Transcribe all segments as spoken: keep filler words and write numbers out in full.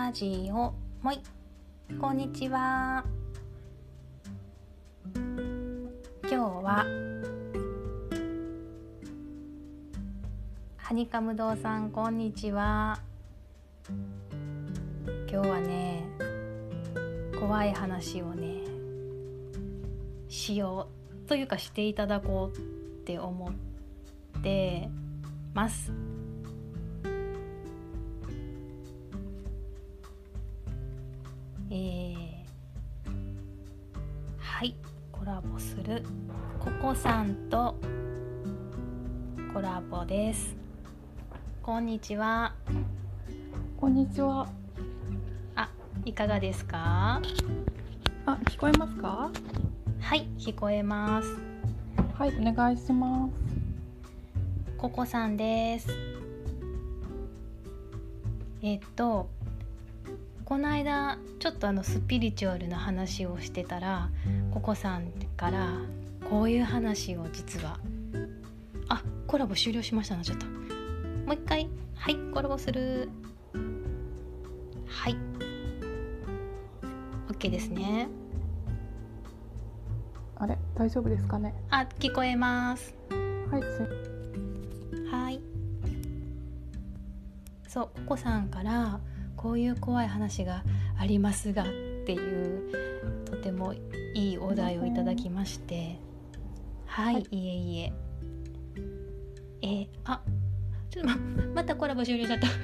ラジオもいこんにちは。今日はハニカム堂さんこんにちは。今日はね怖い話をねしようというかしていただこうって思ってます。えー、はいコラボするココさんとコラボです。こんにちは。 こんにちは。 あ、いかがですか？ あ、聞こえますか？ はい、聞こえます。 はい、お願いします。 ココさんです。えっとこの間ちょっとあのスピリチュアルな話をしてたらココさんからこういう話を実はあコラボ終了しましたな。ちょっともう一回はいコラボする。はい OK ですね。 あれ大丈夫ですかね？ あ聞こえます。 はいすはいそうココさんからこういう怖い話がありますがっていうとてもいいお題をいただきまして、はい、はい、いえいええー、あちょっと ま, またコラボ終了しちゃった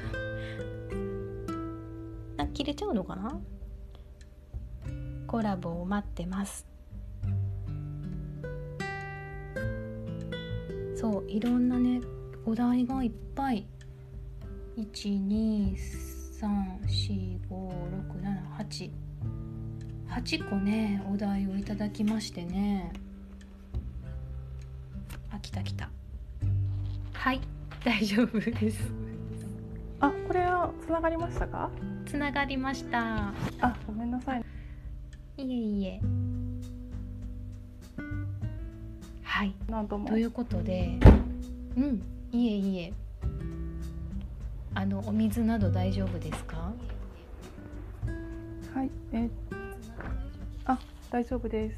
あ切れちゃうのかな。コラボを待ってます。そういろんなねお題がいっぱいいちにさんよんごろくななはち はちこねお題をいただきましてね。あ来た来た。はい大丈夫です。 あこれはつながりましたか？ つながりました。 あごめんなさい。 いえいえはいなんともということでうんいえいえあのお水など大丈夫ですか？ はいえー、あ大丈夫です。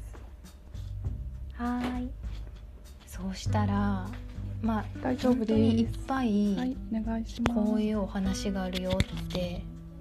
はいそうしたらまあ大丈夫です。 本当にいっぱい、 はいお願いします。 こういうお話があるよって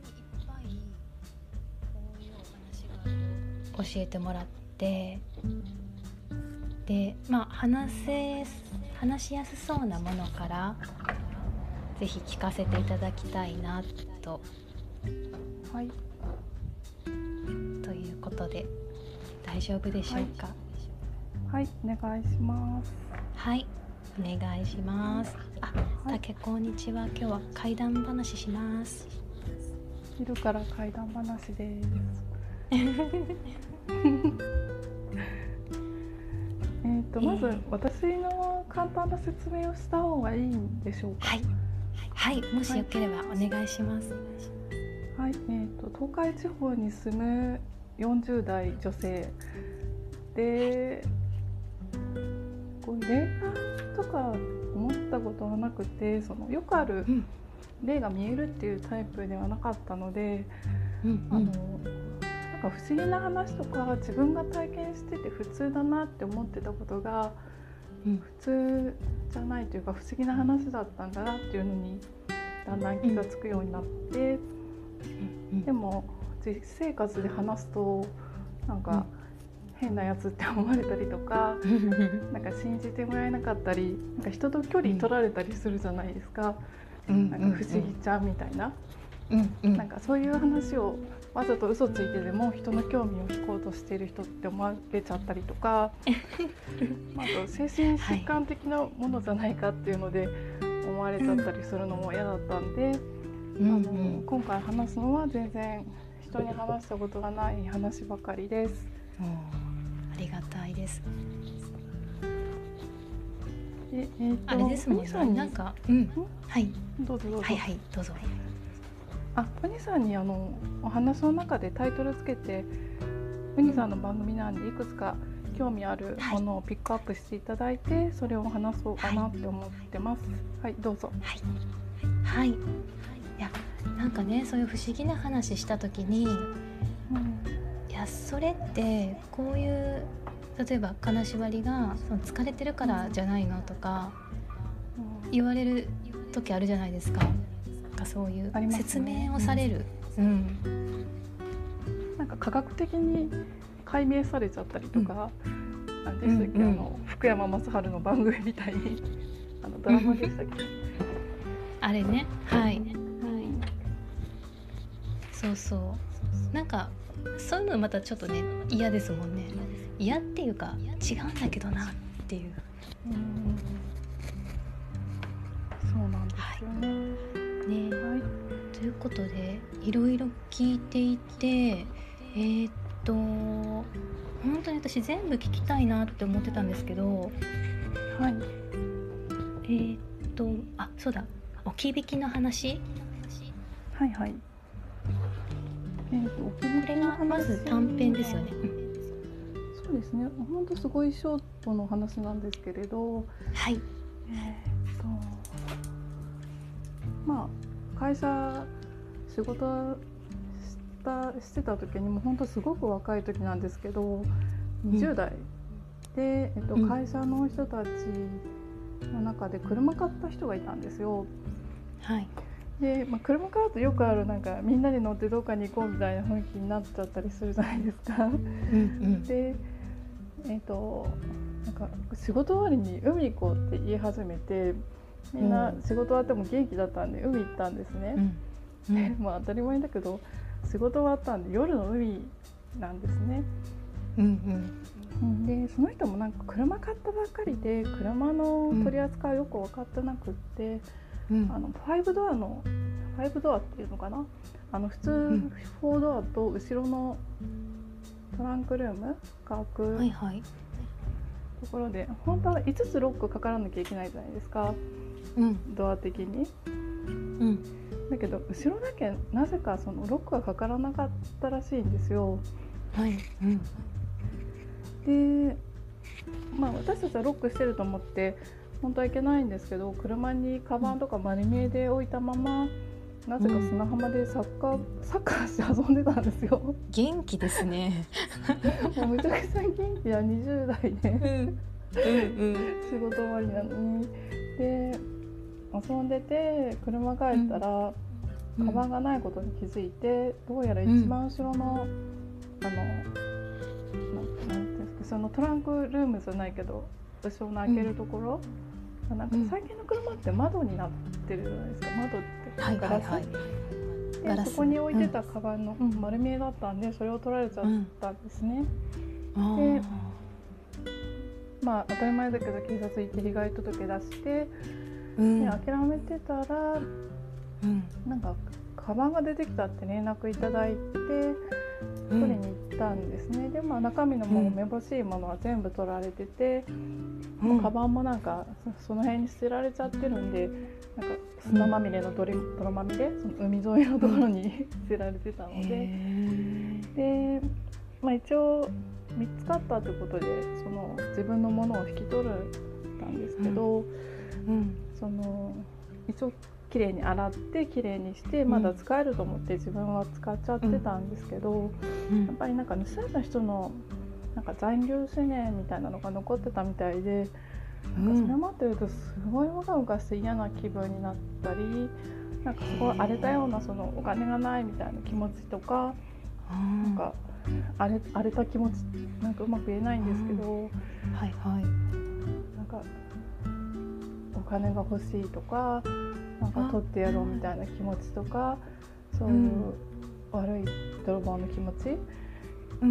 教えてもらってでまあ話せ話しやすそうなものからぜひ聞かせていただきたいなと、 はい、 ということで大丈夫でしょうか？ はい、はい、お願いします。 はいお願いします。あ、 はい、 たけこんにちは。今日は怪談話します。 昼から怪談話ですえっとまず、えー、私の簡単な説明をした方がいいんでしょうか？ はい、はい、もしよければお願いします。 はい、えーと、東海地方に住むよんじゅう代女性で、こう霊感とか思ったことはなくて、そのよくある霊が見えるっていうタイプではなかったので、うんうん、あのなんか不思議な話とか自分が体験してて普通だなって思ってたことが、うん、普通じゃないというか不思議な話だったんだなっていうのにだんだん気がつくようになって、うん、でも実生活で話すとなんか変なやつって思われたりとか、うん、なんか信じてもらえなかったり、なんか人と距離取られたりするじゃないですか、うん、なんか不思議ちゃんみたいな、うんうん、なんかそういう話をわざと嘘ついてでも人の興味を引こうとしている人って思われちゃったりとかあと精神疾患的なものじゃないかっていうので思われちゃったりするのも嫌だったんで、うん、あの今回話すのは全然人に話したことがない話ばかりです。 ありがたいです。 ええー、とあれですもんね。なんか、うん、はいどうぞどうぞ。 はいはいどうぞ。 あ、ウニさんにあのお話の中でタイトルつけて、ウニさんの番組なんでいくつか興味あるものをピックアップしていただいて、はい、それを話そうかなって思ってます。はい、はい、どうぞ。 はい。はい。いや、 なんかねそういう不思議な話した時に、 うん、 いやそれってこういう例えば金縛りがその疲れてるからじゃないのとか言われる時あるじゃないですか。なんかそういう説明をされる、うんうん、 なんか科学的に解明されちゃったりとか、うん、なんでしたっけ、うんうん、あの福山雅治の番組みたいにあのドラマでしたっけあれね、はい、はい、そうそうなんかそういうのまたちょっとね嫌ですもんね。嫌っていうか違うんだけどなっていう、うん、 そうなんですよね、 はいね、はい、ということでいろいろ聞いていてえー、っと本当に私全部聞きたいなって思ってたんですけど、 はい、 えー、っとあそうだ置き引きの話、 はいはい、えー、と置き引きの話、 これがまず短編ですよね。 そうですね、本当すごいショートの話なんですけれど、 はい、 えー、とまあ会社仕事したしてた時にも本当すごく若い時なんですけど、にじゅう代で、えっと、会社の人たちの中で車買った人がいたんですよ。 はい。 で、まあ、車買うとよくあるなんかみんなで乗ってどっかに行こうみたいな雰囲気になっちゃったりするじゃないですか。うんうん、で、えっと、なんか仕事終わりに海行こうって言い始めて、みんな仕事終わっても元気だったんで海行ったんですね。うんうん、まあ当たり前だけど仕事終わったんで夜の海なんですね。うんうん、でその人もなんか車買ったばっかりで車の取り扱いよく分かってなくって、うん、あのファイブドアのファイブドアっていうのかな、あの普通フォードアと後ろのトランクルームが開くところで、はいはい、本当はいつつロックかからなきゃいけないじゃないですか、うん、ドア的に、うん、だけど後ろだけなぜかそのロックがかからなかったらしいんですよ。はい、うん、で、まあ、私たちはロックしてると思って本当はいけないんですけど、車にカバンとか丸見えで置いたまま、なぜか砂浜でサッカー、サッカーして遊んでたんですよ。 元気ですね。 もうめちゃくちゃ元気なにじゅう代で、うんうん、仕事終わりなのに。で遊んでて車帰ったら、うん、カバンがないことに気づいて、どうやら一番後ろの、うん、あのなんていうんですか、そのトランクルームじゃないけど後ろの開けるところ、うん、なんか最近の車って窓になってるじゃないですか。窓ってガラス、はいはいはい、でそこに置いてたカバンの、うんうん、丸見えだったんでそれを取られちゃったんですね、うん、でまあ当たり前だけど警察行って被害届出して、うん、で諦めてたら、うん、なんかカバンが出てきたって連絡いただいて取りに行ったんですね、うん、でまあ中身のもうめぼしいものは全部取られてて、うん、カバンもなんかその辺に捨てられちゃってるんで、なんか砂まみれの泥まみれ、その海沿いのところに捨てられてたので、で、まあ、一応見つかったってことでその自分のものを引き取ったんですけど、うんうん、その一応きれいに洗ってきれいにしてまだ使えると思って自分は使っちゃってたんですけど、うん、やっぱりなんか盗んだ人のなんか残留思念みたいなのが残ってたみたいで、なんかそれ待ってるとすごいムカムカして嫌な気分になったり、なんかすごい荒れたようなそのお金がないみたいな気持ちとか、なんか荒れ、荒れた気持ちなんかうまく言えないんですけど、はいはい、なんかお金が欲しいとか、なんか取ってやろうみたいな気持ちとか、そういう悪い泥棒の気持ち、うんうん、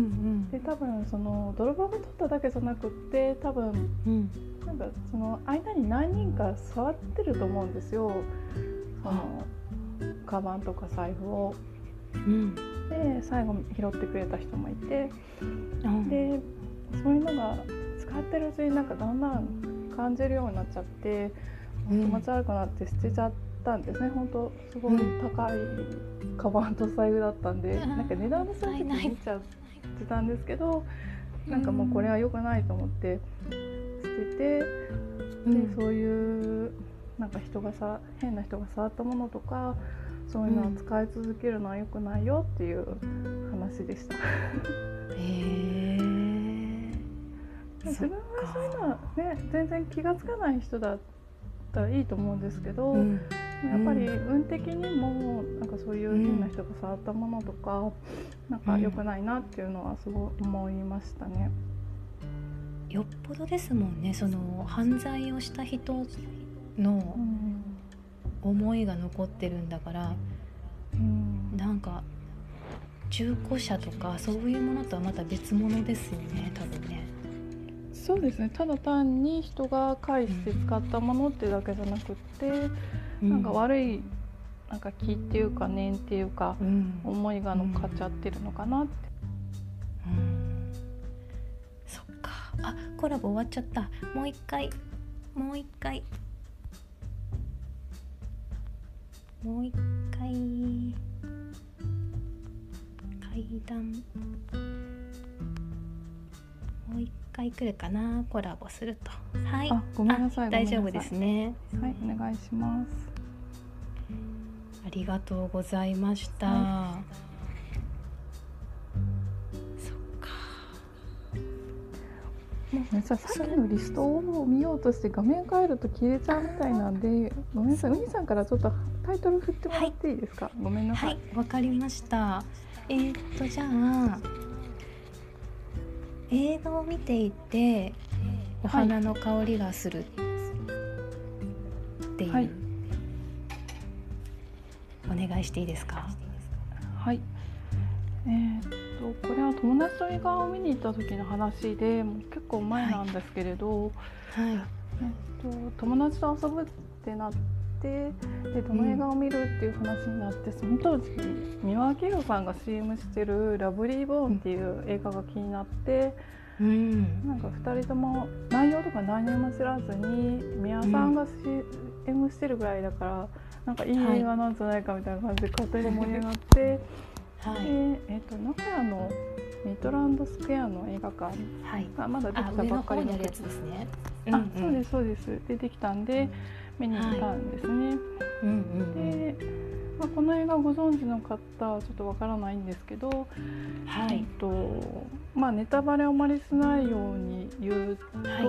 で多分その泥棒が取っただけじゃなくって多分、うん、なんかその間に何人か触ってると思うんですよ、そのカバンとか財布を、うん、で最後拾ってくれた人もいて、うん、でそういうのが使ってるうちになんかだんだん感じるようになっちゃって、気持ち悪くなって捨てちゃったんですね。本当すごい高いカバンと財布だったんで、うん、なんか値段の差で見ちゃってたんですけど、なんかもうこれは良くないと思って捨てて、うん、でそういうなんか人がさ変な人が触ったものとか、 そういうのは使い続けるのは良くないよっていう話でした。 へー、 自分がそういうのはね全然気がつかない人だったらいいと思うんですけど、うん、やっぱり運的にもなんかそういう変な人が触ったものとか、うん、なんか良くないなっていうのはすごい思いましたね。 よっぽどですもんね、その犯罪をした人の思いが残ってるんだから、うん、なんか中古車とかそういうものとはまた別物ですよね、多分ね。 そうですね、ただ単に人が返して使ったものっていうだけじゃなくって、うん、なんか悪いなんか気っていうか念っていうか、うん、思いが乗っかっちゃってるのかなって、 うんうん、そっか。あ、コラボ終わっちゃった。もう一回もう一回もう一回階段もう一回来るかな、コラボすると。はい、 あ、ごめんなさい、 大丈夫ですね。 はい、お願いします。 ありがとうございました、はい、そっか。 もうね、さっきのリストを見ようとして画面変えると消えちゃうみたいなんで、ごめんなさい、うにさんからちょっとタイトル振ってもらっていいですか。はい、ごめんなさい。 はい、わかりました。えー、っとじゃあ映画を見ていてお花の香りがするっていう、はい、お願いしていいですか。 はい、えー、っとこれは友達と映画を見に行った時の話で、もう結構前なんですけれど、はいはい、えー、っと友達と遊ぶってなってでどの映画を見るっていう話になって、うん、その当時三輪明宏さんが シーエム してるラブリーボーンっていう映画が気になって、うん、なんかふたりとも内容とか何も知らずに三輪さんが シーエム してるぐらいだから、うん、なんかいい映画なんじゃないかみたいな感じで勝手に盛り上がって、はい、で、えー、と名古屋のミッドランドスクエアの映画館がまだできたばっかりのやつですね。 あ、そうですそうです。でできたんで見に行ったんですね。はい、うんうん、で、まあ、この映画ご存知の方はちょっとわからないんですけど、はい、えっとまあ、ネタバレをあまりしないように言うと、はい、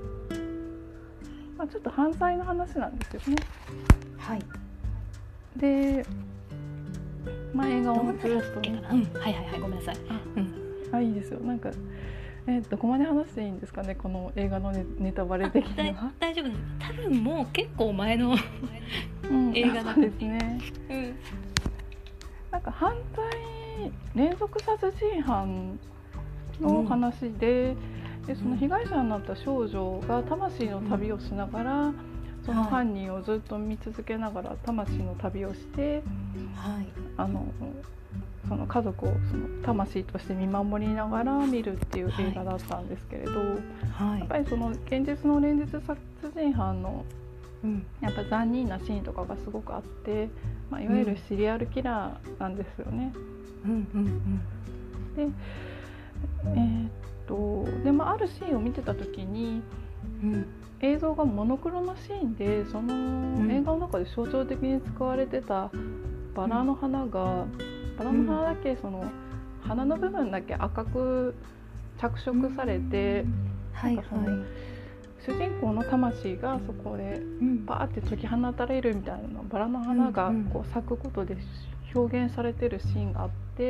まあ、ちょっと犯罪の話なんですよね。はい、で、まあ、映画をずっと、うん、 はいはいはい、ごめんなさい。 あ、うん、あ、いいですよ。なんかえー、どこまで話していいんですかね、この映画の ネ, ネタバレ的には。 大丈夫です。多分もう結構前の、うん、映画だですね、うん、なんか犯罪連続殺人犯の話で、うん、でその被害者になった少女が魂の旅をしながら、うん、その犯人をずっと見続けながら魂の旅をして、はい、あのその家族をその魂として見守りながら見るっていう映画だったんですけれど、はい、やっぱりその現実の連続殺人犯のやっぱ残忍なシーンとかがすごくあって、まあ、いわゆるシリアルキラーなんですよね。うんうんうん、で、えー、っとで、まあ、あるシーンを見てた時に、うん、映像がモノクロのシーンで、その映画の中で象徴的に使われてたバラの花が、バラの花だけその花の部分だけ赤く着色されて、うん、なんかその、はいはい、主人公の魂がそこでバーって解き放たれるみたいなの、バラの花がこう咲くことで表現されてるシーンがあって、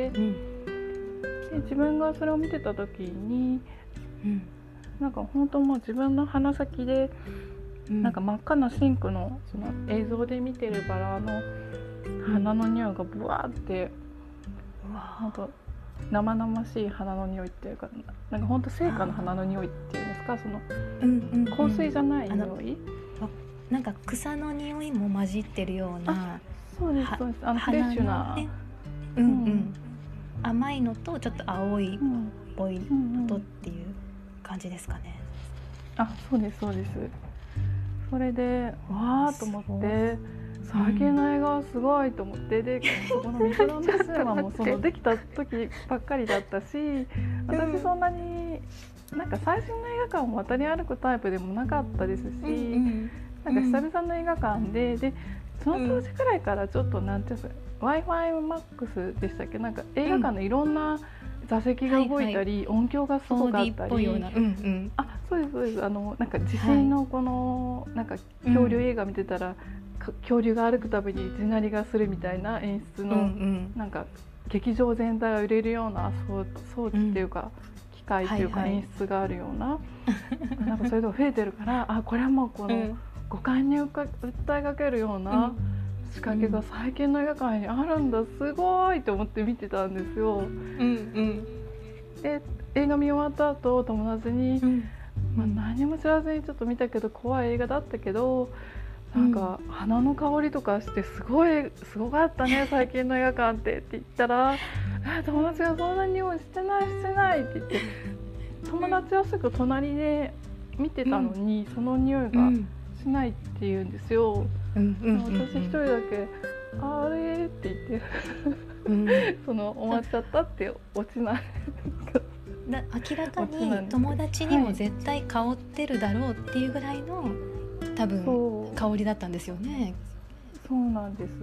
うん、で自分がそれを見てた時に、うん、なんか本当もう自分の鼻先で、うん、なんか真っ赤なシンクのその映像で見てるバラの花の匂いがブワーって、うん、本当生々しい花の匂いっていうか、なんか本当生花の花の匂いっていうんですか、その、うんうんうん、香水じゃない匂い、 なんか草の匂いも混じってるような。 そうですそうです、あのフレッシュな、ね、 うんうん、甘いのとちょっと青いっぽいのとっていう感じですかね。 うんうん、あ、そうですそうです。それでわーと思って、最近の映画はすごいと思って、でそこのミッドランドシネマもそのできた時ばっかりだったし、私そんなになんか最新の映画館を渡り歩くタイプでもなかったですし、うんうん、なんか久々の映画館で、でその当時くらいからちょっとなんていうんですか、Wi-Fi マックスでしたっけ、なんか映画館のいろんな座席が動いたり、はいはい、音響がすごかったり、 フォーディー っぽいような、うんうん、 あ、そうですそうです、あのなんか地震のこの、はい、なんか恐竜映画見てたら、うん、恐竜が歩くたびに地鳴りがするみたいな演出の、うんうん、なんか劇場全体が揺れるような装置っていうか、うん、機械っていうか演出があるような、はいはい、なんかそういうのが増えてるからあ、これはもうこの五感に訴えかけるような仕掛けが最近の映画館にあるんだ、すごいと思って見てたんですよ。うんうん、で映画見終わった後友達に、うんまあ、何も知らずにちょっと見たけど怖い映画だったけど、なんか花の香りとかしてすごいすごかったね最近の映画館ってって言ったら友達がそんな匂いしてないしてないって言って、友達はすぐ隣で見てたのに、うん、その匂いがしないって言うんですよ、うん、私一人だけあれって言ってうん、その終わっちゃったって落ちないだ明らかに友達にも絶対香ってるだろうっていうぐらいの、はい、多分香りだったんですよね。 そうなんです。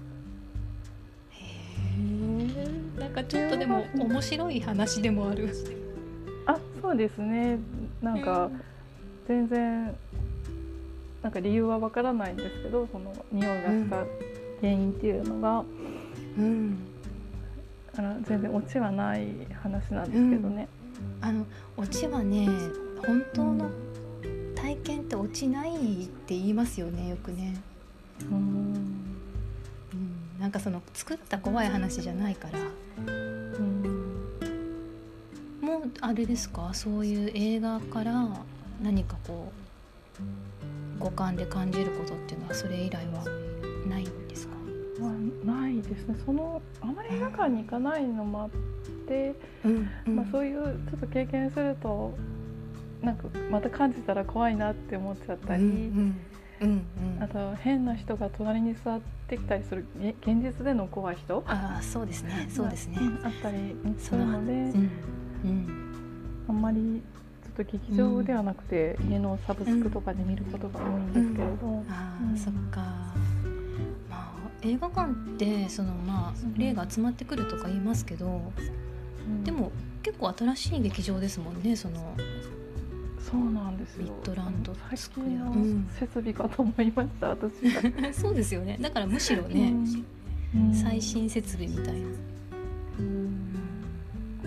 へえ、なんかちょっとでも面白い話でもある。 あ、そうですね。なんか全然なんか理由はわからないんですけど、その匂いがした原因っていうのが、うん、あの全然オチはない話なんですけどね。 うん、あのオチはね、本当の体験ってオチないって言いますよね、よくね。うん、うん、なんかその作った怖い話じゃないから。うん、もうあれですか、そういう映画から何かこう五感で感じることっていうのはそれ以来はないんですか？ ないですね。そのあまり映画館に行かないのもあって、うんうんまあ、そういうちょっと経験するとなんかまた感じたら怖いなって思っちゃったり、うんうんうんうん、あと変な人が隣に座ってきたりする現実での怖い人、 あ、そうですねそうですね、 あったりするので、うんうん、あんまりちょっと劇場ではなくて、うん、家のサブスクとかで見ることが多いんですけれど、うんうん、 あ、うん、そっか。映画館ってその、まあ、霊が集まってくるとか言いますけど、うん、でも結構新しい劇場ですもんね、そのそうなんですよ。 ミッドランド最近の設備かと思いました、うん、私がそうですよね。だからむしろね、うん、最新設備みたいな、うん、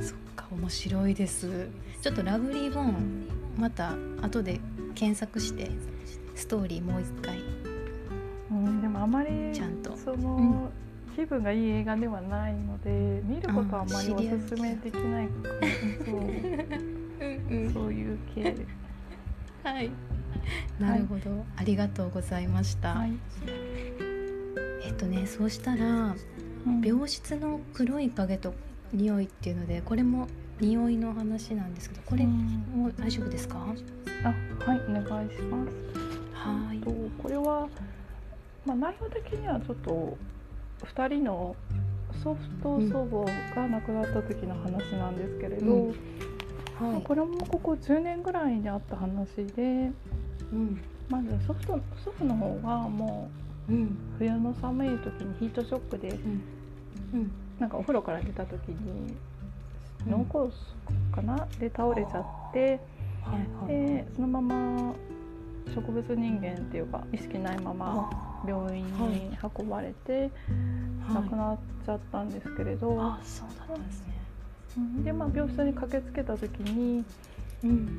そっか、面白いです。ちょっとラブリーボーンまた後で検索してストーリーもう一回、 うん、でもあまりちゃんとその、うん、気分がいい映画ではないので見ることはあまりおすすめできない、そううん、そういう系はい、なるほど、はい、ありがとうございました、はい、えっとねそうしたら、うん、病室の黒い影と匂いっていうので、これも匂いの話なんですけど、これも大丈夫ですか？ あ、はい、お願いします。はい、とこれは、まあ、内容的にはちょっとふたりの祖父と祖母が亡くなった時の話なんですけれど、うんはい、これもここじゅうねんぐらいにあった話で、うん、まず祖父と祖父の方がもう、うん、冬の寒い時にヒートショックで、うんうん、なんかお風呂から出た時に脳梗塞かなで倒れちゃって、はいはい、でそのまま植物人間っていうか意識ないまま病院に運ばれて亡くなっちゃったんですけれど、 はい、あ、そうだったんですね。 で、まあ、病室に駆けつけた時に、うん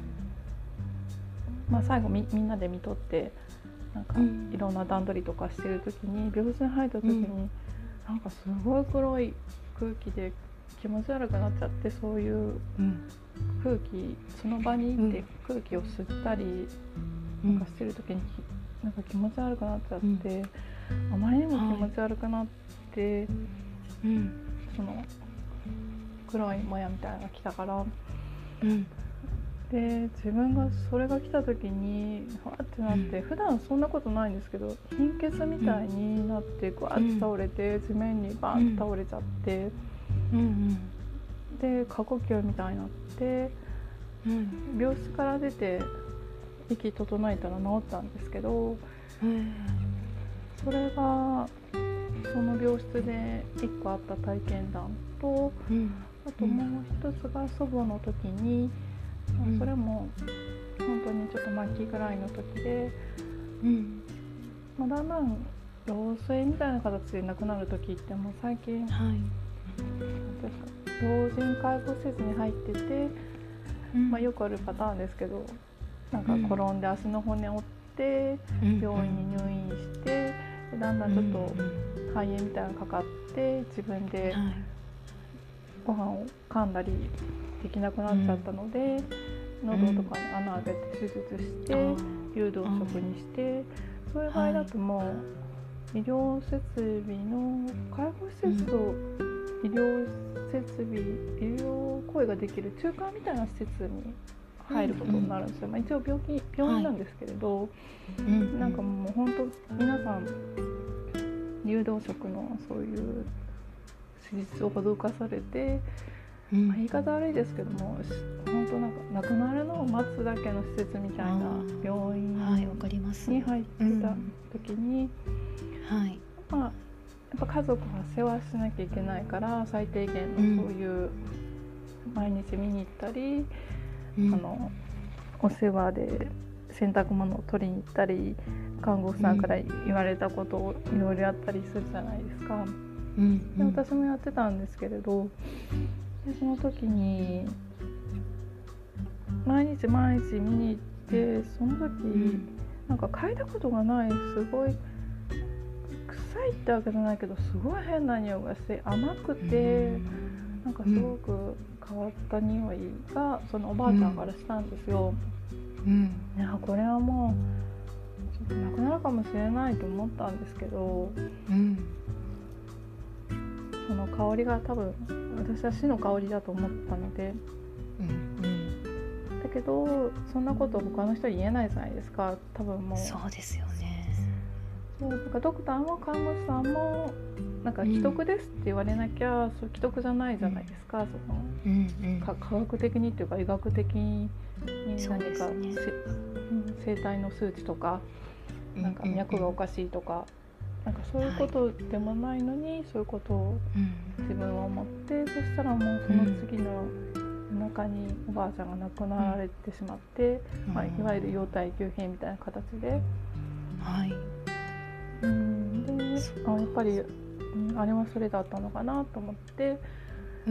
まあ、最後 み, みんなで見とってなんかいろんな段取りとかしてる時に病室に入った時に、うん、なんかすごい黒い空気で気持ち悪くなっちゃって、そういう空気、その場に行って空気を吸ったりなんかしてる時になんか気持ち悪くなっちゃって、あまりにも気持ち悪くなって、うん、その黒いもやみたいなのが来たから、うん、で自分がそれが来た時にふわってなって、うん、普段そんなことないんですけど貧血みたいになってグワッと倒れて、地面にバンと倒れちゃって、うんうん、で過呼吸みたいになって、うん、病室から出て息整えたら治ったんですけど、うん、 それがその病室でいっこあった体験談と、うん、あともう一つが祖母の時に、うん、それも本当にちょっと末期ぐらいの時で、うんまあ、だんだん老衰みたいな形で亡くなる時ってもう最近、はい、老人介護施設に入ってて、うんまあ、よくあるパターンですけど、なんか転んで足の骨折って病院に入院して、でだんだんちょっと肺炎みたいなのがかかって自分でご飯を噛んだりできなくなっちゃったので、喉とかに穴開けて手術して流動食にして、そういう場合だともう医療設備の介護施設と医療設備、医療行為ができる中間みたいな施設に入ることになるんですよ。まあ、一応病気、病院なんですけれど、はい、なんかもう本当皆さん流動食のそういう施術を施されて、うんまあ、言い方悪いですけども、本当なんか亡くなるのを待つだけの施設みたいな病院に入ってた時に、はい、まあ、やっぱ家族は世話しなきゃいけないから最低限のそういう毎日見に行ったり、うん、あのお世話で洗濯物を取りに行ったり、看護婦さんから言われたことをいろいろやったりするじゃないですか、うん、で私もやってたんですけれど、でその時に毎日毎日見に行って、その時、うん、なんか嗅いだことがないすごい臭いってわけじゃないけどすごい変な匂いがして甘くて、なんかすごく変わった匂いがそのおばあちゃんからしたんですよ、うん、いやこれはもうちょっとなくなるかもしれないと思ったんですけど、うん、その香りが多分私は死の香りだと思ったので、うんうん、だけどそんなこと他の人に言えないじゃないですか。多分もうそうですよね。 そうだからドクターも看護師さんもなんか既得ですって言われなきゃ、うん、そう既得じゃないじゃないですか、うん、その、うんうん、か科学的にっていうか医学的に何か、ね、生体の数値とか、なんか脈がおかしいとか、なんかそういうことでもないのに、はい、そういうことを自分は思って、うん、そしたらもうその次の夜中におばあちゃんが亡くなられてしまって、うんまあ、いわゆる容体急変みたいな形で、はいうんであやっぱり、うん、あれはそれだったのかなと思って、うんうん、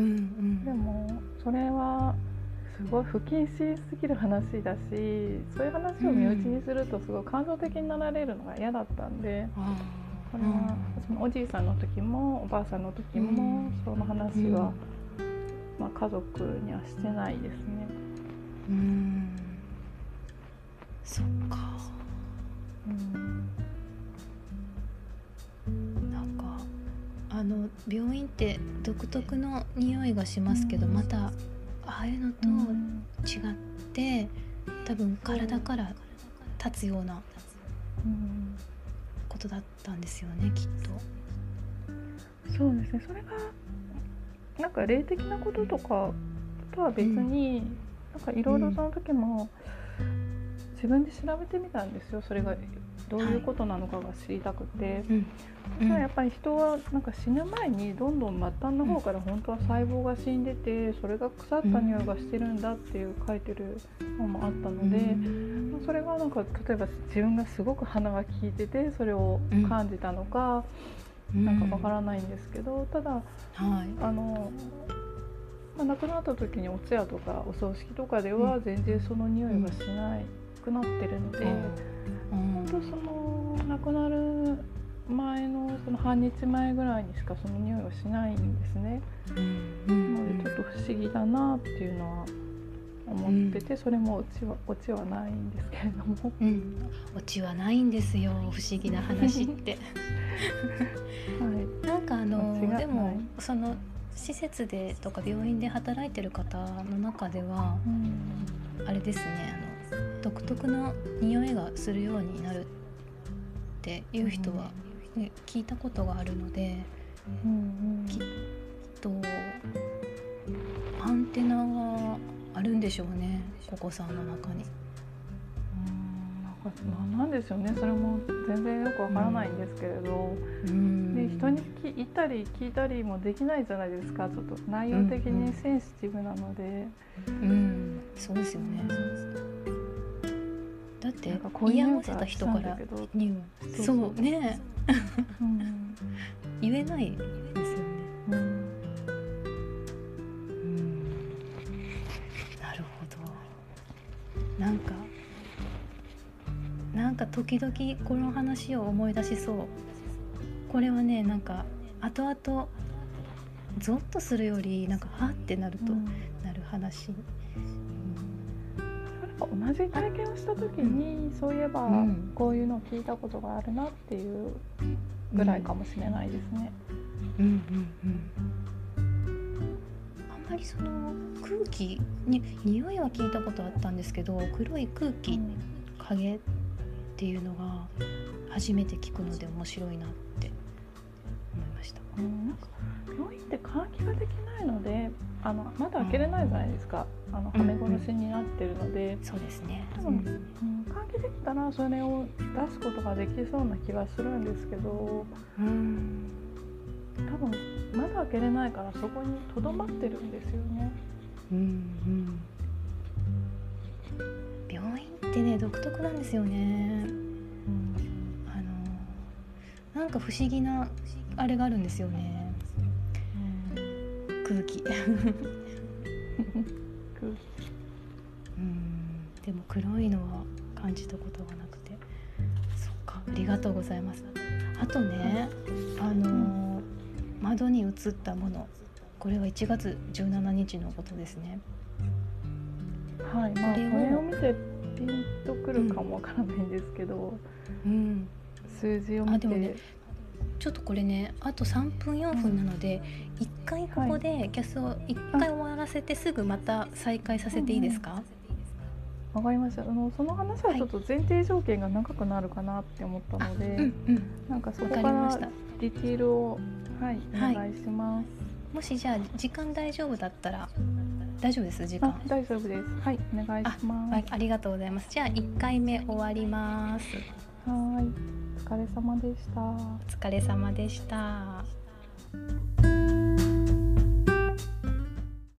でもそれはすごい不謹慎すぎる話だし、そういう話を身内にするとすごい感情的になられるのが嫌だったんで、うん、これはそのおじいさんの時もおばあさんの時も、うん、その話は、うんまあ、家族にはしてないですね。 うーんそっか、うんあの病院って独特の匂いがしますけど、またああいうのと違って、多分体から立つようなことだったんですよね、きっと。そうですね。それがなんか霊的なこととかとは別に、うん、なんかいろいろその時も自分で調べてみたんですよ。それがどういうことなのかが知りたくて、はいうん、やっぱり人はなんか死ぬ前にどんどん末端の方から本当は細胞が死んでて、それが腐った匂いがしてるんだっていう書いてるのもあったので、うん、それがなんか例えば自分がすごく鼻が利いててそれを感じたのか、うん、なんかわからないんですけど、ただ、はい、あの、まあ、亡くなった時にお通夜とかお葬式とかでは全然その匂いがしないくなってるので、本当その亡くなる前のその半日前ぐらいにしかその匂いはしないんですね、うん、なのでちょっと不思議だなっていうのは思ってて、うん、それもオチは、オチはないんですけれども、 うん、オチはないんですよ、不思議な話って、はい、なんかあのでもその施設でとか病院で働いてる方の中では、うん、あれですね、あの独特の匂いがするようになるっていう人は、ね、聞いたことがあるので、うんうん、きっとアンテナがあるんでしょうね、ココさんの中に。 うん、わか、まあ、なんでしょうね、それも全然よくわからないんですけれど、 うん、 で人に言ったり聞いたりもできないじゃないですか。ちょっと内容的にセンシティブなので、 うんうん、そうですよね。だって言い合わせた人からにはそうねうん、言えないですよね。うんうん、なるほど。なんかなんか時々この話を思い出しそう。これはね、なんか後々ゾッとするよりなんかはってなると、うん、なる話。 同じ体験をした時に、うん、そういえば、うん、こういうのを聞いたことがあるなっていうぐらいかもしれないですね。 うんうんうんうん、あんまりその空気に匂いは聞いたことあったんですけど、黒い空気、うん、影っていうのが初めて聞くので面白いなって思いました。 うん、なんか病院って換気ができないので、あのまだ開けれないじゃないですか。あのはめ殺しになってるので、 うんうん、そうですね。 多分、うん、換気できたらそれを出すことができそうな気がするんですけど、うん、多分まだ開けれないからそこにとどまってるんですよね。うんうん、 病院ってね独特なんですよね。うん、あのなんか不思議なあれがあるんですよね。うん、空気空気うん、でも黒いのは感じたことがなくて、そっか、ありがとうございます。あとね、あの、うん、窓に映ったもの、これはいちがつじゅうしちにちのことですね。 はい、まあ、これを、これを見てピンとくるかもわからないんですけど、うん、数字を見て、あ、でもね、 ちょっとこれね、あとさんぷんよんぷんなので、うん、いっかいここでキャスをいっかい終わらせてすぐまた再開させていいですか？ わかりました。あのその話はちょっと前提条件が長くなるかなって思ったので、うんうん、なんかそこからディティールを、はい、お願いします。はい、 もしじゃあ時間大丈夫だったら大丈夫です。時間あ大丈夫です。はい、お願いします。 あ、ありがとうございます。じゃあいっかいめ終わります。 はい、お疲れ様でした。 お疲れ様でした。